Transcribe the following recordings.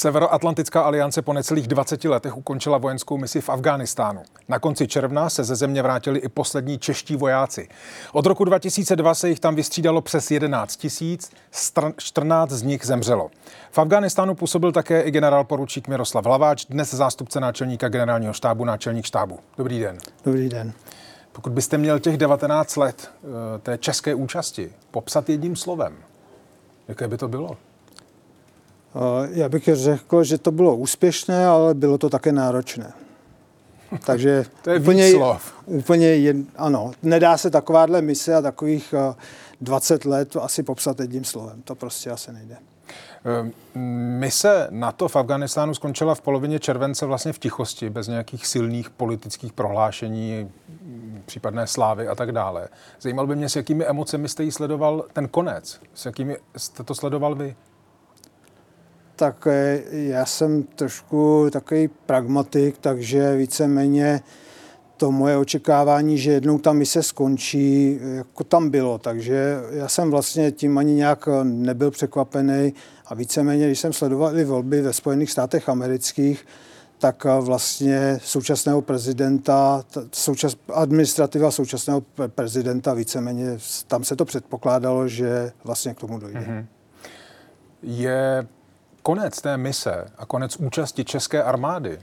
Severoatlantická aliance po necelých 20 letech ukončila vojenskou misi v Afghánistánu. Na konci června se ze země vrátili i poslední čeští vojáci. Od roku 2002 se jich tam vystřídalo přes 11 000, 14 z nich zemřelo. V Afghánistánu působil také i generál poručík Miroslav Hlaváč, dnes zástupce náčelníka generálního štábu, náčelník štábu. Dobrý den. Dobrý den. Pokud byste měl těch 19 let té české účasti popsat jedním slovem, jaké by to bylo? Já bych řekl, že to bylo úspěšné, ale bylo to také náročné. Takže to je víc slov. Ano, nedá se takováhle mise a takových 20 let asi popsat jedním slovem. To prostě asi nejde. Mise NATO v Afghánistánu skončila v polovině července vlastně v tichosti, bez nějakých silných politických prohlášení, případné slávy a tak dále. Zajímalo by mě, s jakými emocemi jste jí sledoval ten konec? S jakými jste to sledoval vy? Tak já jsem trošku takový pragmatik, takže víceméně to moje očekávání, že jednou ta mise skončí, jako tam bylo. Takže já jsem vlastně tím ani nějak nebyl překvapený a víceméně, když jsem sledoval i volby ve Spojených státech amerických, tak vlastně současného prezidenta, administrativa současného prezidenta víceméně, tam se to předpokládalo, že vlastně k tomu dojde. Mm-hmm. Je konec té mise a konec účasti české armády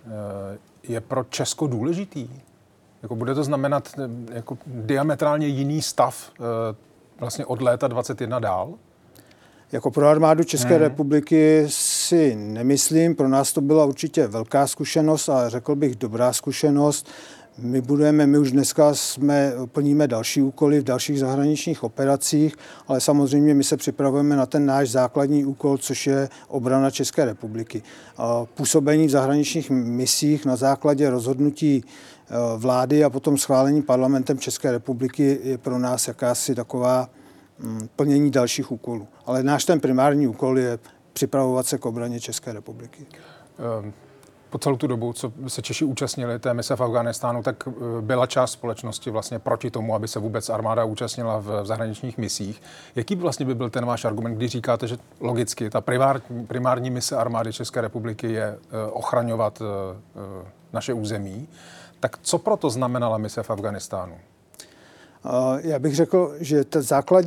je pro Česko důležitý? Jako bude to znamenat jako diametrálně jiný stav vlastně od léta 21 dál? Jako pro armádu České republiky si nemyslím. Pro nás to byla určitě velká zkušenost a řekl bych dobrá zkušenost. My už dneska plníme další úkoly v dalších zahraničních operacích, ale samozřejmě my se připravujeme na ten náš základní úkol, což je obrana České republiky. Působení v zahraničních misích na základě rozhodnutí vlády a potom schválení parlamentem České republiky je pro nás jakási taková plnění dalších úkolů. Ale náš ten primární úkol je připravovat se k obraně České republiky. Po celou tu dobu, co se Češi účastnili té mise v Afghánistánu, tak byla část společnosti vlastně proti tomu, aby se vůbec armáda účastnila v zahraničních misích. Jaký vlastně by byl ten váš argument, když říkáte, že logicky ta primární mise armády České republiky je ochraňovat naše území, tak co proto znamenala mise v Afghánistánu? Já bych řekl, že ten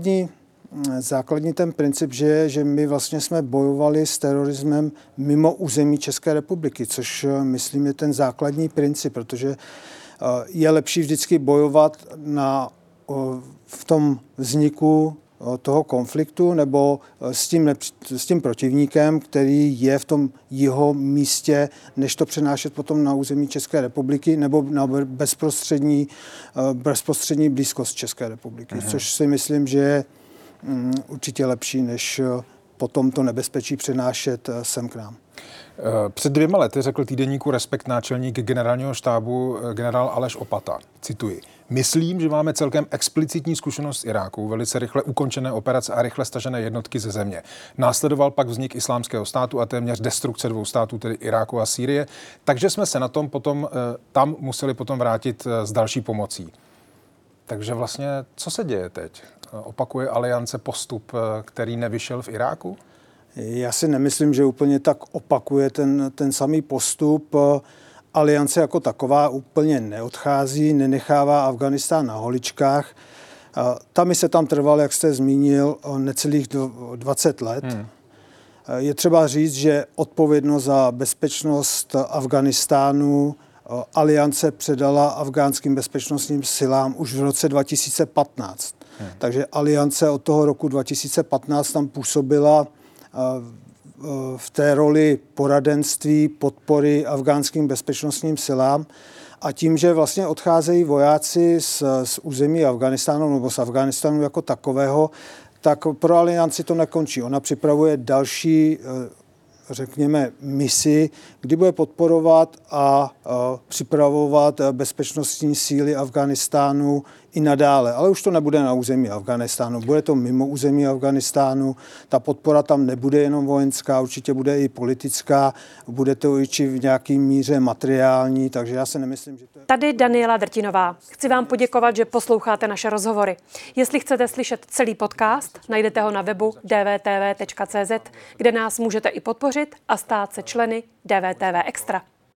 základní ten princip, že my vlastně jsme bojovali s terorismem mimo území České republiky, což myslím je ten základní princip, protože je lepší vždycky bojovat v tom vzniku toho konfliktu nebo s tím protivníkem, který je v tom jeho místě, než to přenášet potom na území České republiky nebo na bezprostřední blízkost České republiky, což si myslím, že je určitě lepší, než potom to nebezpečí přenášet sem k nám. Před 2 lety řekl týdeníku Respekt náčelník generálního štábu generál Aleš Opata. Cituji. Myslím, že máme celkem explicitní zkušenost z Iráku, velice rychle ukončené operace a rychle stažené jednotky ze země. Následoval pak vznik Islámského státu a téměř destrukce 2 států, tedy Iráku a Sýrie, takže jsme se na tom tam museli potom vrátit s další pomocí. Takže vlastně, co se děje teď? Opakuje aliance postup, který nevyšel v Iráku? Já si nemyslím, že úplně tak opakuje ten samý postup. Aliance jako taková úplně neodchází, nenechává Afghánistán na holičkách. Ta mise tam trvala, jak jste zmínil, necelých 20 let. Je třeba říct, že odpovědnost za bezpečnost Afghánistánu aliance předala afgánským bezpečnostním silám už v roce 2015. Takže aliance od toho roku 2015 tam působila v té roli poradenství, podpory afgánským bezpečnostním silám a tím, že vlastně odcházejí vojáci z území Afghánistánu nebo z Afghánistánu jako takového, tak pro alianci to nekončí. Ona připravuje další, řekněme, misi, kdy bude podporovat a připravovat bezpečnostní síly Afghánistánu i nadále, ale už to nebude na území Afghánistánu, bude to mimo území Afghánistánu, ta podpora tam nebude jenom vojenská, určitě bude i politická, bude to i v nějaký míře materiální, takže já si nemyslím, že to je... Tady Daniela Drtinová. Chci vám poděkovat, že posloucháte naše rozhovory. Jestli chcete slyšet celý podcast, najdete ho na webu dvtv.cz, kde nás můžete i podpořit a stát se členy DVTV Extra.